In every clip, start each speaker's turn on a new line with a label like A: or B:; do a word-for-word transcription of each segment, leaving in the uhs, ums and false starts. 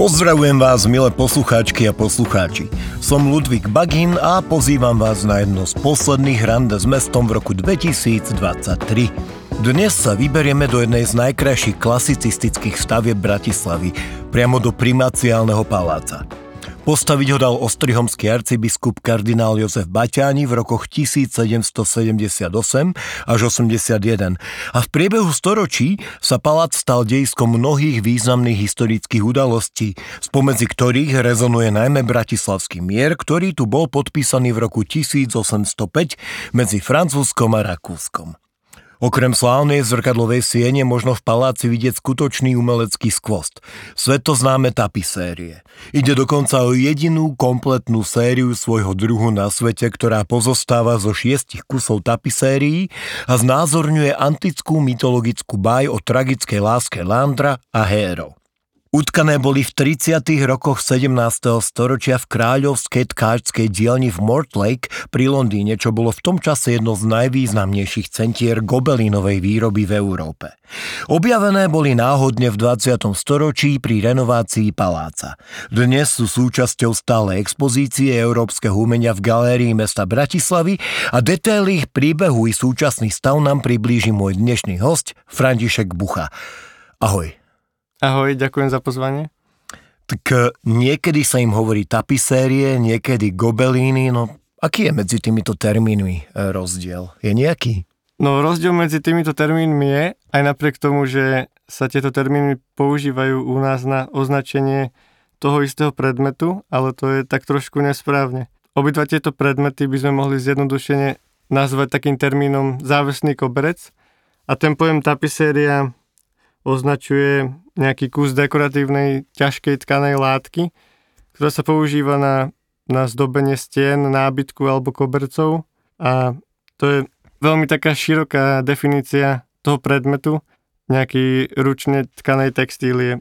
A: Pozdravujem vás, milé poslucháčky a poslucháči. Som Ludvík Bagin a pozývam vás na jedno z posledných rande s mestom v roku dvetisícdvadsaťtri. Dnes sa vyberieme do jednej z najkrajších klasicistických stavieb Bratislavy, priamo do primaciálneho paláca. Postaviť ho dal ostrihomský arcibiskup kardinál Jozef Baťáni v rokoch tisícsedemstosedemdesiatosem až osemdesiatjeden a v priebehu storočí sa palác stal dejiskom mnohých významných historických udalostí, spomedzi ktorých rezonuje najmä bratislavský mier, ktorý tu bol podpísaný v roku tisícosemstopäť medzi Francúzskom a Rakúskom. Okrem slávnej zrkadlovej siene možno v paláci vidieť skutočný umelecký skvost, svetoznáme tapisérie. Ide dokonca o jedinú kompletnú sériu svojho druhu na svete, ktorá pozostáva zo šiestich kusov tapisérií a znázorňuje antickú mytologickú báj o tragickej láske Landra a Hérov. Utkané boli v tridsiatych rokoch sedemnásteho storočia v kráľovskej tkáčskej dielni v Mortlake pri Londýne, čo bolo v tom čase jedno z najvýznamnejších centier gobelínovej výroby v Európe. Objavené boli náhodne v dvadsiatom storočí pri renovácii paláca. Dnes sú súčasťou stálej expozície európskeho umenia v galérii mesta Bratislavy a detaily ich príbehu i súčasný stav nám priblíži môj dnešný hosť František Bucha. Ahoj.
B: Ahoj, ďakujem za pozvanie.
A: Tak niekedy sa im hovorí tapisérie, niekedy gobelíny, no aký je medzi týmito termínmi rozdiel? Je nejaký?
B: No rozdiel medzi týmito termínmi je, aj napriek tomu, že sa tieto termíny používajú u nás na označenie toho istého predmetu, ale to je tak trošku nesprávne. Obidva tieto predmety by sme mohli zjednodušene nazvať takým termínom závesný koberec a ten pojem tapiséria označuje nejaký kus dekoratívnej ťažkej tkanej látky, ktorá sa používa na, na zdobenie stien, nábytku alebo kobercov a to je veľmi taká široká definícia toho predmetu, nejaký ručne tkanej textílie.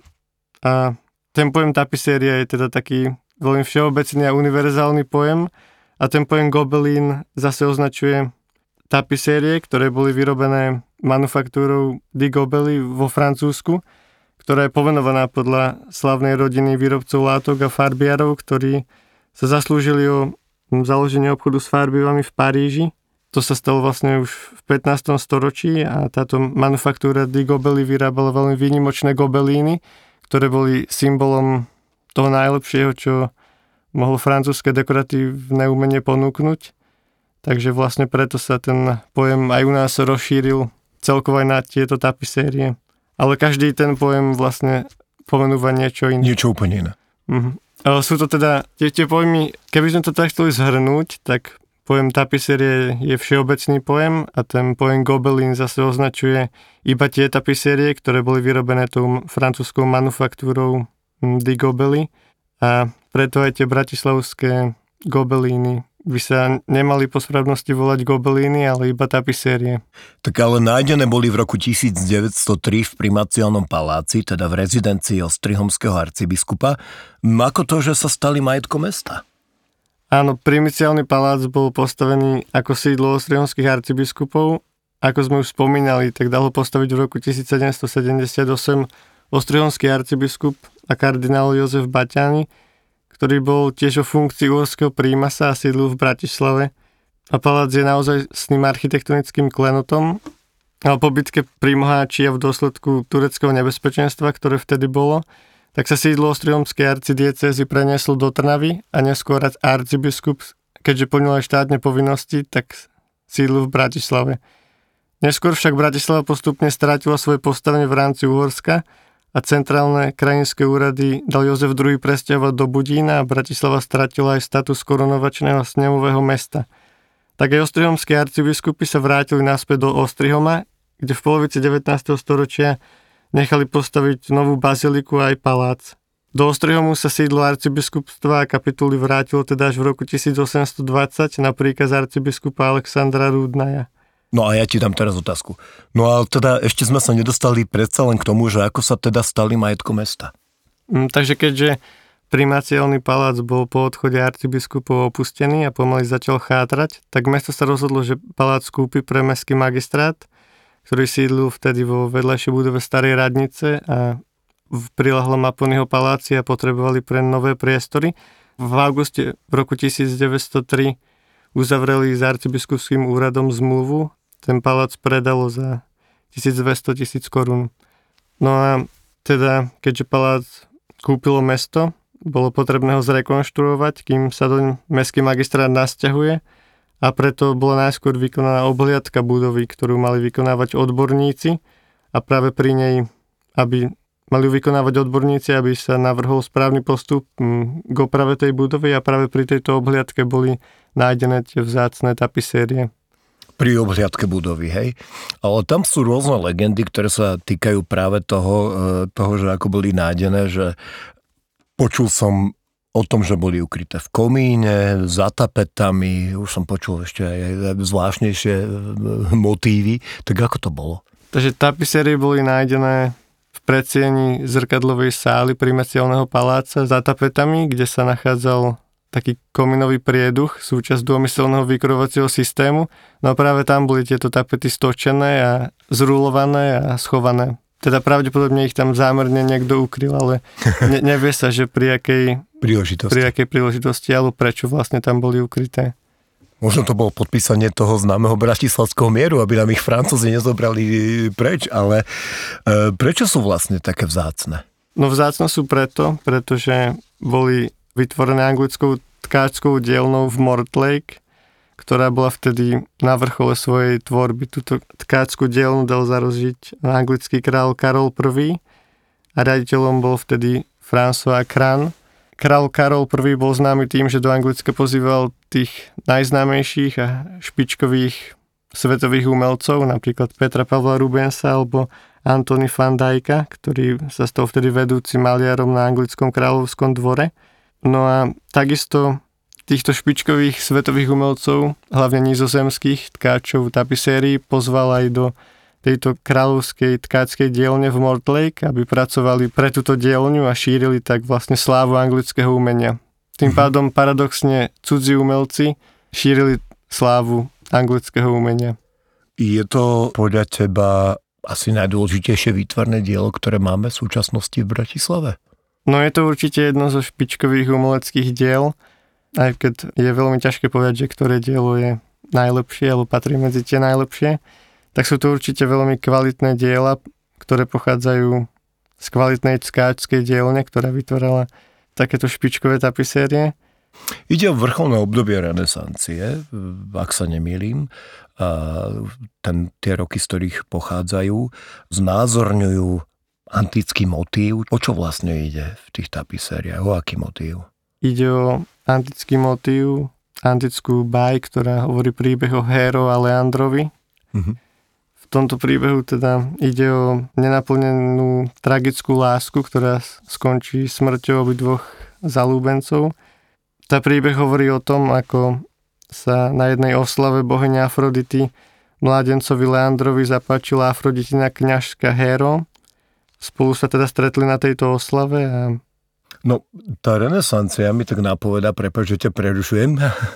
B: A ten pojem tapiséria je teda taký veľmi všeobecný a univerzálny pojem a ten pojem gobelín zase označuje tapisérie, ktoré boli vyrobené manufaktúrou Di Gobelli vo Francúzsku, ktorá je povenovaná podľa slavnej rodiny výrobcov látok a farbiarov, ktorí sa zaslúžili o založenie obchodu s farbivami v Paríži. To sa stalo vlastne už v pätnástom storočí a táto manufaktúra Di Gobelli vyrábala veľmi výnimočné gobelíny, ktoré boli symbolom toho najlepšieho, čo mohlo francúzske dekoratívne umenie ponúknuť. Takže vlastne preto sa ten pojem aj u nás rozšíril celkovo aj na tieto tapisérie. Ale každý ten pojem vlastne pomenúva niečo iné.
A: Niečo úplne iné.
B: Uh-huh. Ale sú to teda tie, tie pojmy, keby sme to tak chceli zhrnúť, tak pojem tapisérie je všeobecný pojem a ten pojem gobelín zase označuje iba tie tapisérie, ktoré boli vyrobené tou francúzskou manufaktúrou Di Gobelli a preto aj tie bratislavské gobelíny by sa nemali po správnosti volať gobelíny, ale iba tapisérie.
A: Tak ale nájdené boli v roku tisícdeväťstotri v primaciálnom paláci, teda v rezidencii ostrihomského arcibiskupa. Ako to, že sa stali majetkom mesta?
B: Áno, primaciálny palác bol postavený ako sídlo ostrihomských arcibiskupov. Ako sme už spomínali, tak dal ho postaviť v roku tisícsedemstosedemdesiatosem ostrihomský arcibiskup a kardinál Jozef Baťáni, ktorý bol tiež o funkcii uhorského prímasa a sídlil v Bratislave. A palác je naozaj s ním architektonickým klenotom, ale po bitke pri Moháči a v dôsledku tureckého nebezpečenstva, ktoré vtedy bolo, tak sa sídlo ostrihomskej arcidiecézy prenieslo do Trnavy a neskôr arcibiskup, keďže plnil aj štátne povinnosti, tak sídlil v Bratislave. Neskôr však Bratislava postupne strátila svoje postavenie v rámci Uhorska a centrálne krajinské úrady dal Jozef druhý. presťahovať do Budína a Bratislava stratila aj status korunovačného snemového mesta. Tak aj ostrihomskí arcibiskupy sa vrátili naspäť do Ostrihoma, kde v polovici devätnásteho storočia nechali postaviť novú baziliku a aj palác. Do Ostrihomu sa sídlo arcibiskupstva a kapituly vrátilo teda až v roku tisícosemstodvadsať na príkaz arcibiskupa Alexandra Rudnaja.
A: No a ja ti dám teraz otázku. No a teda ešte sme sa nedostali predsa len k tomu, že ako sa teda stali majetkom mesta.
B: Mm, takže keďže primaciálny palác bol po odchode arcibiskupov opustený a pomaly začal chátrať, tak mesto sa rozhodlo, že palác kúpi pre mestský magistrát, ktorý sídlil vtedy vo vedľajšej budove starej radnice a v prilahlom Aponyho paláci a potrebovali pre nové priestory. V auguste v roku tisícdeväťstotri uzavreli s arcibiskupským úradom zmluvu. Ten palác predalo za tisícdvesto tisíc korún. No a teda, keďže palác kúpilo mesto, bolo potrebné ho zrekonštruovať, kým sa do mestský magistrát nasťahuje, a preto bola najskôr vykonaná obhliadka budovy, ktorú mali vykonávať odborníci, a práve pri nej, aby mali vykonávať odborníci, aby sa navrhol správny postup k oprave tej budovy, a práve pri tejto obhliadke boli nájdené tie vzácne tapisérie.
A: Pri obhliadke budovy, hej? Ale tam sú rôzne legendy, ktoré sa týkajú práve toho, toho, že ako boli nájdené, že počul som o tom, že boli ukryté v komíne, za tapetami, už som počul ešte aj zvláštnejšie motívy. Tak ako to bolo?
B: Takže tapisérie boli nájdené v predsieni zrkadlovej sály primaciálneho paláca za tapetami, kde sa nachádzal taký komínový prieduch, súčasť dômyselného vykurovacieho systému. No a práve tam boli tieto tapety stočené a zrulované a schované. Teda pravdepodobne ich tam zámerne niekto ukryl, ale ne, nevie sa, že pri akej príležitosti. pri akej príležitosti, alebo prečo vlastne tam boli ukryté.
A: Možno to bolo podpísanie toho známeho bratislavského mieru, aby nám ich Francúzi nezobrali preč, ale e, prečo sú vlastne také vzácne?
B: No vzácne sú preto, pretože boli vytvorené anglickou tkáčskou dielňou v Mortlake, ktorá bola vtedy na vrchole svojej tvorby. Túto tkáčskú dielňu dal zarožiť anglický král Karol I. a riaditeľom bol vtedy François Crane. Král Karol I. bol známy tým, že do Anglicka pozýval tých najznámejších a špičkových svetových umelcov, napríklad Petra Pavla Rubensa alebo Antony van Dijka, ktorý sa stal vtedy vedúcim maliarom na anglickom kráľovskom dvore. No a takisto týchto špičkových svetových umelcov, hlavne nizozemských tkáčov tapisérií, pozval aj do tejto kráľovskej tkáčskej dielne v Mortlake, aby pracovali pre túto dielňu a šírili tak vlastne slávu anglického umenia. Tým pádom paradoxne cudzí umelci šírili slávu anglického umenia.
A: Je to podľa teba asi najdôležitejšie výtvarné dielo, ktoré máme v súčasnosti v Bratislave?
B: No je to určite jedno zo špičkových umeleckých diel, aj keď je veľmi ťažké povedať, že ktoré dielo je najlepšie alebo patrí medzi tie najlepšie. Tak sú to určite veľmi kvalitné diela, ktoré pochádzajú z kvalitnej tkáčskej dielne, ktorá vytvorila takéto špičkové tapisérie.
A: Ide o vrcholné obdobie renesancie, ak sa nemýlim. A ten, tie roky, z ktorých pochádzajú, znázorňujú antický motív. O čo vlastne ide v tých tapisériách? O aký motív?
B: Ide o antický motív, antickú báj, ktorá hovorí príbeh o Héro a Leandrovi. Mhm. V tomto príbehu teda ide o nenaplnenú tragickú lásku, ktorá skončí smrťou obidvoch zalúbencov. Tá príbeh hovorí o tom, ako sa na jednej oslave bohyne Afrodity mládencovi Leandrovi zapáčila Afroditina kňažka Héro. Spolu sa teda stretli na tejto oslave a...
A: No, tá renesancia mi tak napovedá, prepáč, že ťa prerušujem,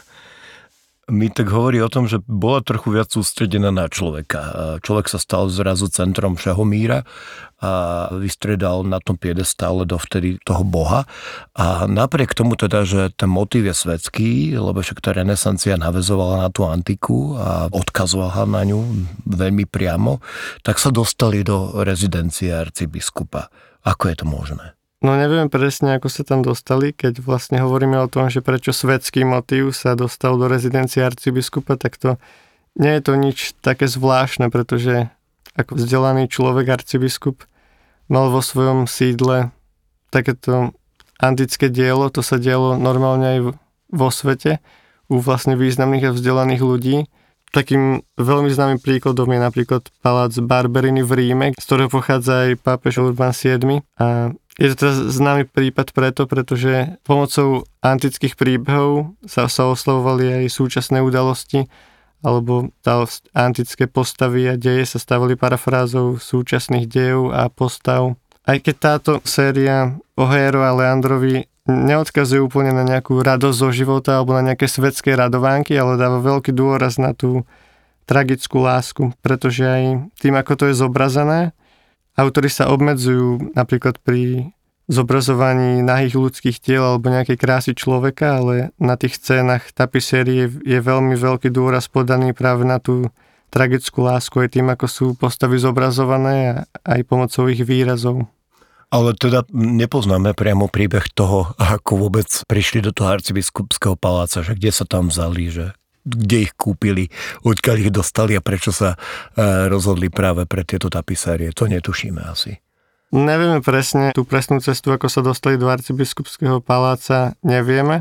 A: mi tak hovorí o tom, že bola trochu viac sústredená na človeka. Človek sa stal zrazu centrom všeho míra a vystredal na tom piedestále dovtedy toho Boha. A napriek tomu teda, že ten motív je svetský, lebo však tá renesancia naväzovala na tú antiku a odkazovala na ňu veľmi priamo, tak sa dostali do rezidencie arcibiskupa. Ako je to možné?
B: No neviem presne, ako sa tam dostali, keď vlastne hovoríme o tom, že prečo svetský motív sa dostal do rezidencie arcibiskupa, tak to nie je to nič také zvláštne, pretože ako vzdelaný človek arcibiskup mal vo svojom sídle takéto antické dielo, to sa dialo normálne aj vo svete, u vlastne významných a vzdelaných ľudí. Takým veľmi známym príkladom je napríklad palác Barberini v Ríme, z ktorého pochádza aj pápež Urban siedmy. A je to teraz známy prípad preto, pretože pomocou antických príbehov sa, sa oslavovali aj súčasné udalosti, alebo tá antické postavy a deje sa stávali parafrázou súčasných dejov a postav. Aj keď táto séria o Héro a Leandrovi neodkazuje úplne na nejakú radosť zo života alebo na nejaké svetské radovánky, ale dáva veľký dôraz na tú tragickú lásku, pretože aj tým, ako to je zobrazené, autori sa obmedzujú napríklad pri zobrazovaní nahých ľudských tiel alebo nejakej krásy človeka, ale na tých scénach tapisérie je veľmi veľký dôraz podaný práve na tú tragickú lásku aj tým, ako sú postavy zobrazované a aj pomocou ich výrazov.
A: Ale teda nepoznáme priamo príbeh toho, ako vôbec prišli do toho arcibiskupského paláca, že kde sa tam vzali, že kde ich kúpili, odkiaľ ich dostali a prečo sa rozhodli práve pre tieto tapisérie. To netušíme asi.
B: Nevieme presne tú presnú cestu, ako sa dostali do arcibiskupského paláca, nevieme,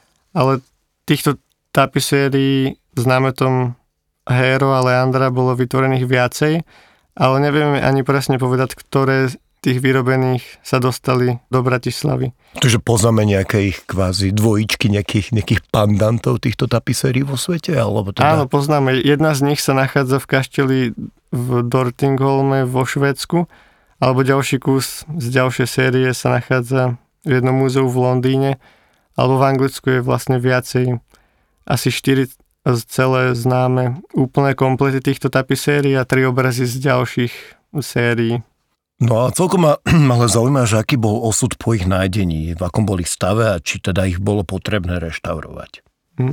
B: ale týchto tapisérií s námetom Héro a Leandra bolo vytvorených viacej, ale nevieme ani presne povedať, ktoré tých vyrobených sa dostali do Bratislavy.
A: Takže poznáme nejaké ich kvázi dvojičky, nejakých, nejakých pandantov týchto tapisérií vo svete? Alebo teda...
B: Áno, poznáme. Jedna z nich sa nachádza v kašteli v Dortingholme vo Švédsku, alebo ďalší kus z ďalšej série sa nachádza v jednom múzeu v Londýne, alebo v Anglicku je vlastne viacej, asi štyri celé známe úplné komplety týchto tapisérií a tri obrazy z ďalších sérií.
A: No a celkom ma ale zaujíma, že aký bol osud po ich nájdení, v akom boli stave a či teda ich bolo potrebné reštaurovať.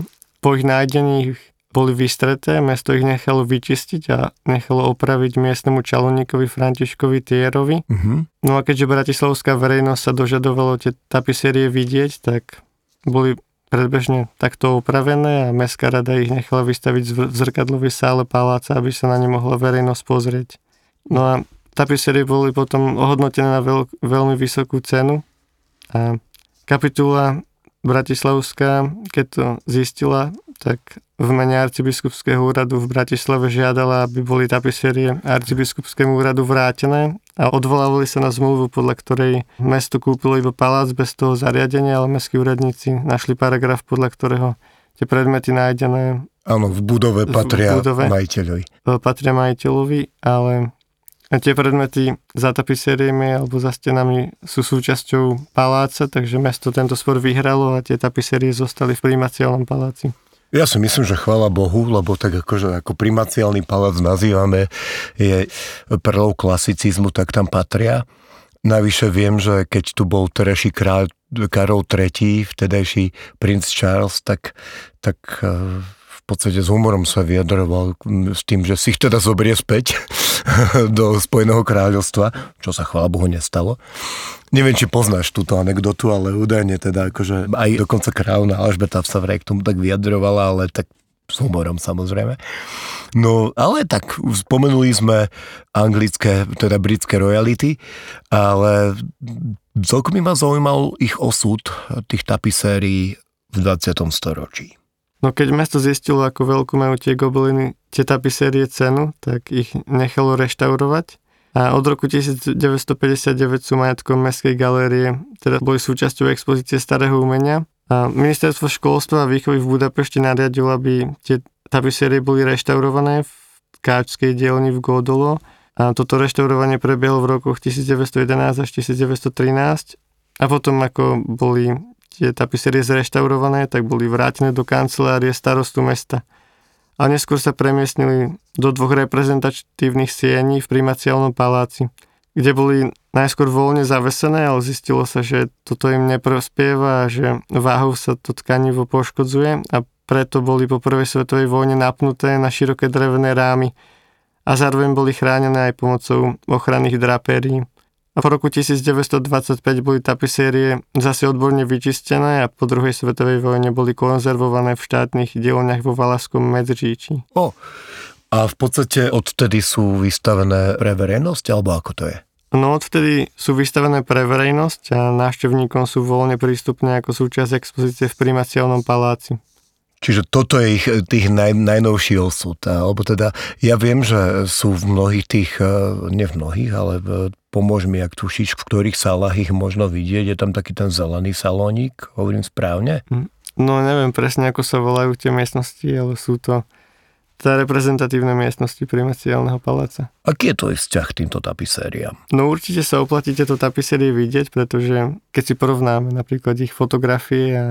B: Po ich nájdení boli vystreté, mesto ich nechalo vyčistiť a nechalo opraviť miestnemu čarovníkovi Františkovi Thierovi. Uh-huh. No a keďže bratislavská verejnosť sa dožadovalo tie tapisérie vidieť, tak boli predbežne takto opravené a mestská rada ich nechala vystaviť v zrkadlovej sále paláca, aby sa na ne mohla verejnosť pozrieť. No a tapisérie boli potom ohodnotené na veľ, veľmi vysokú cenu a kapitula bratislavská, keď to zistila, tak v mene arcibiskupského úradu v Bratislave žiadala, aby boli tapisérie arcibiskupskému úradu vrátené a odvolávali sa na zmluvu, podľa ktorej mesto kúpilo iba palác bez toho zariadenia, ale mestskí úradníci našli paragraf, podľa ktorého tie predmety nájdené
A: áno, v budove patria
B: v budove,
A: majiteľovi.
B: Patria majiteľovi, ale tie predmety za tapisériemi alebo za stenami sú súčasťou paláca, takže mesto tento spor vyhralo a tie tapisérie zostali v primaciálnom paláci.
A: Ja si myslím, že chvála Bohu, lebo tak akože ako primaciálny palác nazývame, je perlou klasicizmu, tak tam patria. Navyše viem, že keď tu bol terajší kráľ Karol tretí, vtedajší princ Charles, tak, tak v podstate s humorom sa vyjadroval s tým, že si ich teda zobrie späť do Spojeného kráľovstva, čo sa chvála Bohu nestalo. Neviem, či poznáš túto anekdotu, ale údajne teda akože aj dokonca kráľovná Alžbeta sa vraj k tomu tak vyjadrovala, ale tak s humorom samozrejme. No, ale tak spomenuli sme anglické, teda britské royalty, ale celkom mi ma zaujímal ich osud tých tapisérií v dvadsiatom storočí.
B: No keď mesto zistilo, ako veľkú majú tie gobeliny, tie tapisérie cenu, tak ich nechalo reštaurovať. A od roku devätnásťstopäťdesiatdeväť sú majetkom Mestskej galérie, teda boli súčasťou expozície starého umenia. A ministerstvo školstva a výchovy v Budapešti nariadilo, aby tie tapisérie boli reštaurované v káčskej dielni v Godolo. A toto reštaurovanie prebiehlo v rokoch devätnásťstojedenásť až devätnásťstotrinásť. A potom, ako boli tie tapisérie zreštaurované, tak boli vrátené do kancelárie starostu mesta. A neskôr sa premiestnili do dvoch reprezentatívnych siení v primaciálnom paláci, kde boli najskôr voľne zavesené, ale zistilo sa, že toto im neprospieva a že váhou sa to tkanivo poškodzuje a preto boli po prvej svetovej vojne napnuté na široké drevené rámy a zároveň boli chránené aj pomocou ochranných drapérií. A po roku devätnásťstodvadsaťpäť boli tapisérie zase odborne vyčistené a po druhej svetovej vojne boli konzervované v štátnych dielňach vo Valašskom Medříčí.
A: O, a v podstate odtedy sú vystavené pre verejnosť, alebo ako to je?
B: No odvtedy sú vystavené pre verejnosť a návštevníkom sú voľne prístupné ako súčasť expozície v primaciálnom paláci.
A: Čiže toto je ich tých naj, najnovší osud. Alebo teda, ja viem, že sú v mnohých tých, nie v mnohých, ale pomôž mi, ak tušíš, v ktorých sálach ich možno vidieť. Je tam taký ten zelený salónik, hovorím správne?
B: No neviem presne, ako sa volajú tie miestnosti, ale sú to tá reprezentatívne miestnosti primaciálneho paláca.
A: Aký je to ich vzťah k týmto tapisériám?
B: No určite sa oplatí tieto tapisérie vidieť, pretože keď si porovnáme napríklad ich fotografie a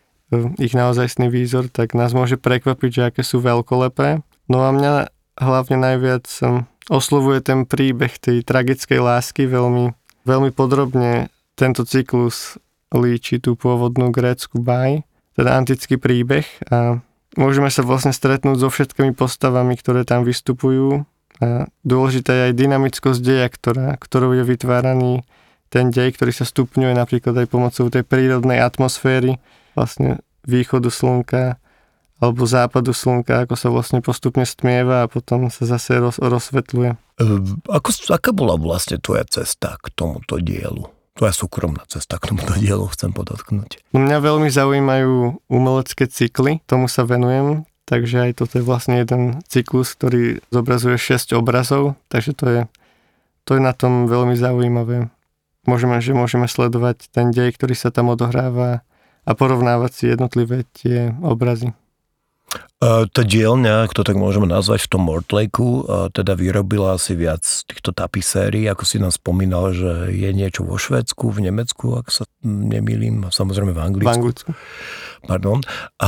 B: ich naozajstný výzor, tak nás môže prekvapiť, že aké sú veľkolepé. No a mňa hlavne najviac oslovuje ten príbeh tej tragickej lásky veľmi, veľmi podrobne. Tento cyklus líči tú pôvodnú grécku báj, teda antický príbeh a môžeme sa vlastne stretnúť so všetkými postavami, ktoré tam vystupujú. A dôležitá je aj dynamickosť deja, ktorá, ktorou je vytváraný ten dej, ktorý sa stupňuje napríklad aj pomocou tej prírodnej atmosféry, vlastne východu slnka alebo západu slnka, ako sa vlastne postupne stmieva a potom sa zase roz, rozsvetľuje.
A: Ako, aká bola vlastne tvoja cesta k tomuto dielu? Tvoja súkromná cesta k tomuto dielu, chcem podotknúť.
B: Mňa veľmi zaujímajú umelecké cykly, tomu sa venujem, takže aj toto je vlastne jeden cyklus, ktorý zobrazuje šesť obrazov, takže to je, to je na tom veľmi zaujímavé. Môžeme, že môžeme sledovať ten dej, ktorý sa tam odohráva a porovnávať si jednotlivé tie obrazy.
A: Uh, tá dielňa, ak to tak môžeme nazvať v tom Mortlakeu, uh, teda vyrobila asi viac týchto tapisérií, ako si nám spomínal, že je niečo vo Švédsku, v Nemecku, ak sa nemýlim, samozrejme v Anglicku.
B: V Anglicku.
A: Pardon. A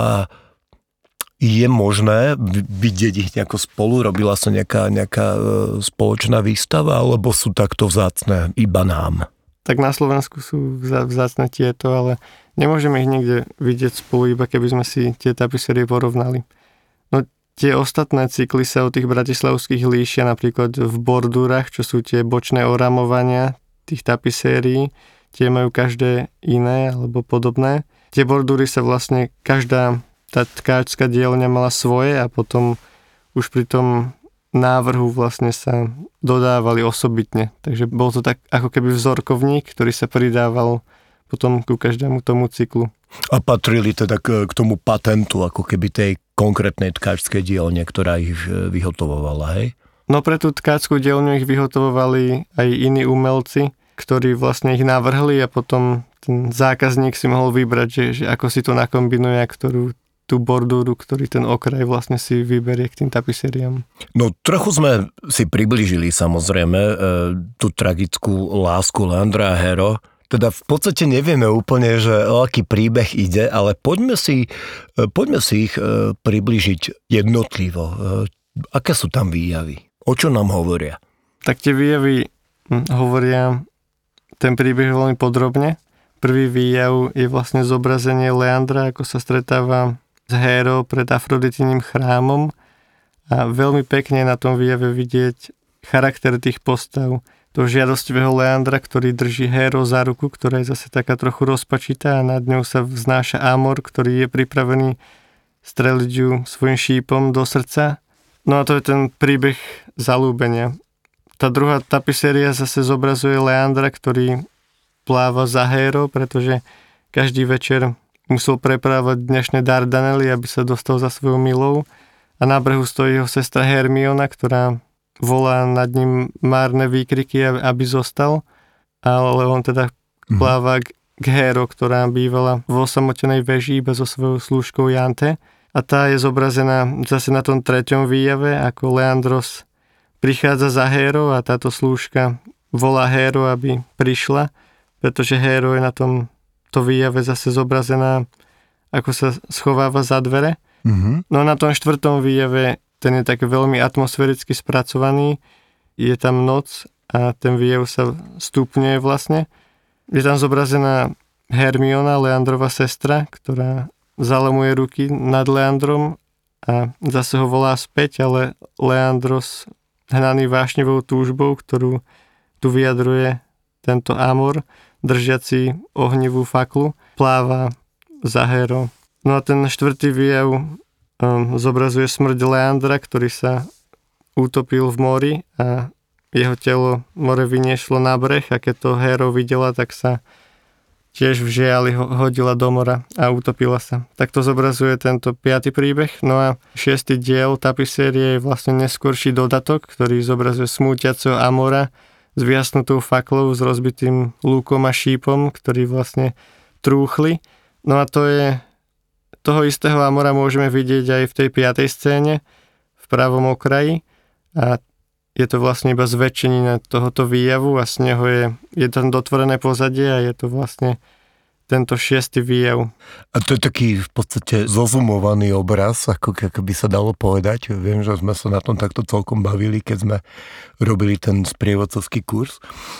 A: je možné vidieť ich nejako spolu? Robila sa nejaká, nejaká spoločná výstava, alebo sú takto vzácne iba nám?
B: Tak na Slovensku sú vzácne tieto, ale nemôžeme ich nikde vidieť spolu, iba keby sme si tie tapisérie porovnali. No tie ostatné cykly sa od tých bratislavských líšia napríklad v bordúrach, čo sú tie bočné oramovania tých tapisérií. Tie majú každé iné alebo podobné. Tie bordúry sa vlastne každá tá tkáčska dielňa mala svoje a potom už pri tom návrhu vlastne sa dodávali osobitne. Takže bol to tak ako keby vzorkovník, ktorý sa pridával potom ku každému tomu cyklu.
A: A patrili teda k, k tomu patentu, ako keby tej konkrétnej tkáčskej dielne, ktorá ich vyhotovovala, hej?
B: No pre tú tkáčskú dielňu ich vyhotovovali aj iní umelci, ktorí vlastne ich navrhli a potom ten zákazník si mohol vybrať, že, že ako si to nakombinuje a ktorú tú bordúru, ktorý ten okraj vlastne si vyberie k tým tapisériám.
A: No trochu sme si priblížili samozrejme e, tú tragickú lásku Leandra a Hero. Teda v podstate nevieme úplne, že o aký príbeh ide, ale poďme si, e, poďme si ich e, priblížiť jednotlivo. E, aké sú tam výjavy? O čo nám hovoria?
B: Tak tie výjavy hm, hovoria ten príbeh veľmi podrobne. Prvý výjav je vlastne zobrazenie Leandra, ako sa stretáva s Hérou pred Afrodityným chrámom a veľmi pekne na tom výjave vidieť charakter tých postav. To žiadostivého Leandra, ktorý drží Héru za ruku, ktorá je zase taká trochu rozpačitá a nad ňou sa vznáša Amor, ktorý je pripravený streliť ju svojím šípom do srdca. No a to je ten príbeh zalúbenia. Tá druhá tapiséria zase zobrazuje Leandra, ktorý pláva za Hérou, pretože každý večer musel preprávať dnešné Dardanely, aby sa dostal za svojou milou a na brehu stojí jeho sestra Hermiona, ktorá volá nad ním márne výkriky, aby zostal, ale on teda pláva k Héro, ktorá bývala v osamotenej veži bez so svojou slúžkou Jante a tá je zobrazená zase na tom treťom výjave, ako Leandros prichádza za Héro a táto slúžka volá Héro, aby prišla, pretože Héro je na tom to výjave zase zobrazená, ako sa schováva za dvere. Mm-hmm. No na tom štvrtom výjave ten je tak veľmi atmosféricky spracovaný. Je tam noc a ten výjav sa stupňuje vlastne. Je tam zobrazená Hermiona, Leandrova sestra, ktorá zalamuje ruky nad Leandrom a zase ho volá späť, ale Leandros hnaný vášnivou túžbou, ktorú tu vyjadruje tento Amor, držiaci ohnivú faklu, pláva za Hérou. No a ten štvrtý výjav um, zobrazuje smrť Leandra, ktorý sa utopil v mori a jeho telo more vyniešlo na breh a keď to Hera videla, tak sa tiež v žiali hodila do mora a utopila sa. Tak to zobrazuje tento piaty príbeh. No a šiestý diel tapisérie je vlastne neskorší dodatok, ktorý zobrazuje smútiaceho Amora s vyjasnutou faklou, s rozbitým lúkom a šípom, ktorý vlastne trúchli. No a to je, toho istého Amora môžeme vidieť aj v tej piatej scéne, v pravom okraji. A je to vlastne iba zväčšenina tohoto výjavu a z neho je, je tam dotvorené pozadie a je to vlastne tento šiestý výjav.
A: A to je taký v podstate zozumovaný obraz, ako by sa dalo povedať. Viem, že sme sa na tom takto celkom bavili, keď sme robili ten sprievodcovský kurz.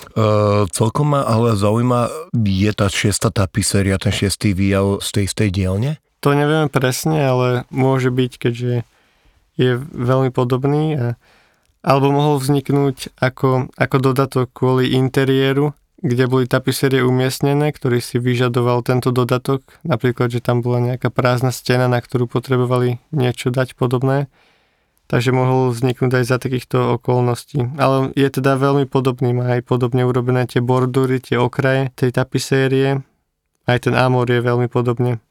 A: E, celkom ma ale zaujíma, je tá šiesta tapiséria, ten šiestý výjav z tej istej dielne?
B: To nevieme presne, ale môže byť, keďže je veľmi podobný. A, alebo mohol vzniknúť ako, ako dodatok kvôli interiéru, kde boli tapisérie umiestnené, ktorý si vyžadoval tento dodatok. Napríklad, že tam bola nejaká prázdna stena, na ktorú potrebovali niečo dať podobné. Takže mohol vzniknúť aj za takýchto okolností. Ale je teda veľmi podobný, má aj podobne urobené tie bordúry, tie okraje tej tapisérie. Aj ten ámor je veľmi podobne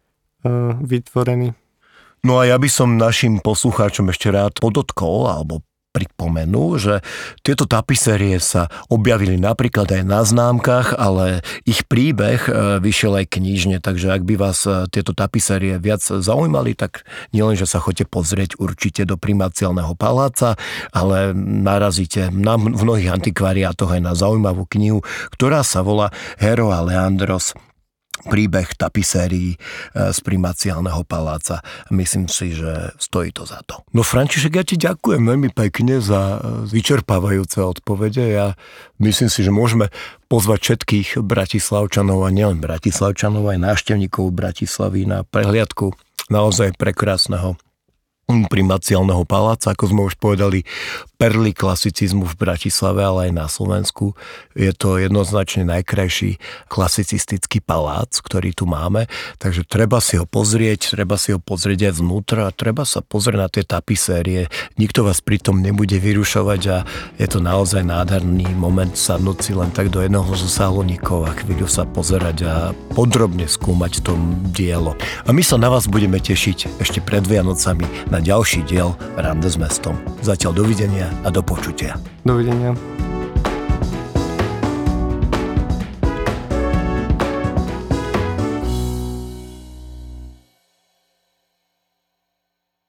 B: uh, vytvorený.
A: No a ja by som našim poslucháčom ešte rád podotkol, alebo pripomenul, že tieto tapisérie sa objavili napríklad aj na známkach, ale ich príbeh vyšiel aj knižne, takže ak by vás tieto tapisérie viac zaujímali, tak nielen, že sa chodíte pozrieť určite do Primaciálneho paláca, ale narazíte na mnohých antikvariátoch aj na zaujímavú knihu, ktorá sa volá Hero a Leandros, príbeh tapisérií z Primaciálneho paláca. Myslím si, že stojí to za to. No František, ja ti ďakujem veľmi pekne za vyčerpávajúce odpovede. Ja myslím si, že môžeme pozvať všetkých Bratislavčanov a nielen Bratislavčanov, aj návštevníkov Bratislavy na prehliadku naozaj prekrásneho Primaciálneho paláca, ako sme už povedali, perly klasicizmu v Bratislave, ale aj na Slovensku. Je to jednoznačne najkrajší klasicistický palác, ktorý tu máme, takže treba si ho pozrieť, treba si ho pozrieť aj znútra a treba sa pozrieť na tie tapisérie. Nikto vás pritom nebude vyrušovať a je to naozaj nádherný moment sadnúť si len tak do jedného zo salónikov a chvíľu sa pozerať a podrobne skúmať to dielo. A my sa na vás budeme tešiť ešte pred Vianocami na ďalší diel Rande s mestom. Zatiaľ dovidenia a do počutia.
B: Dovidenia.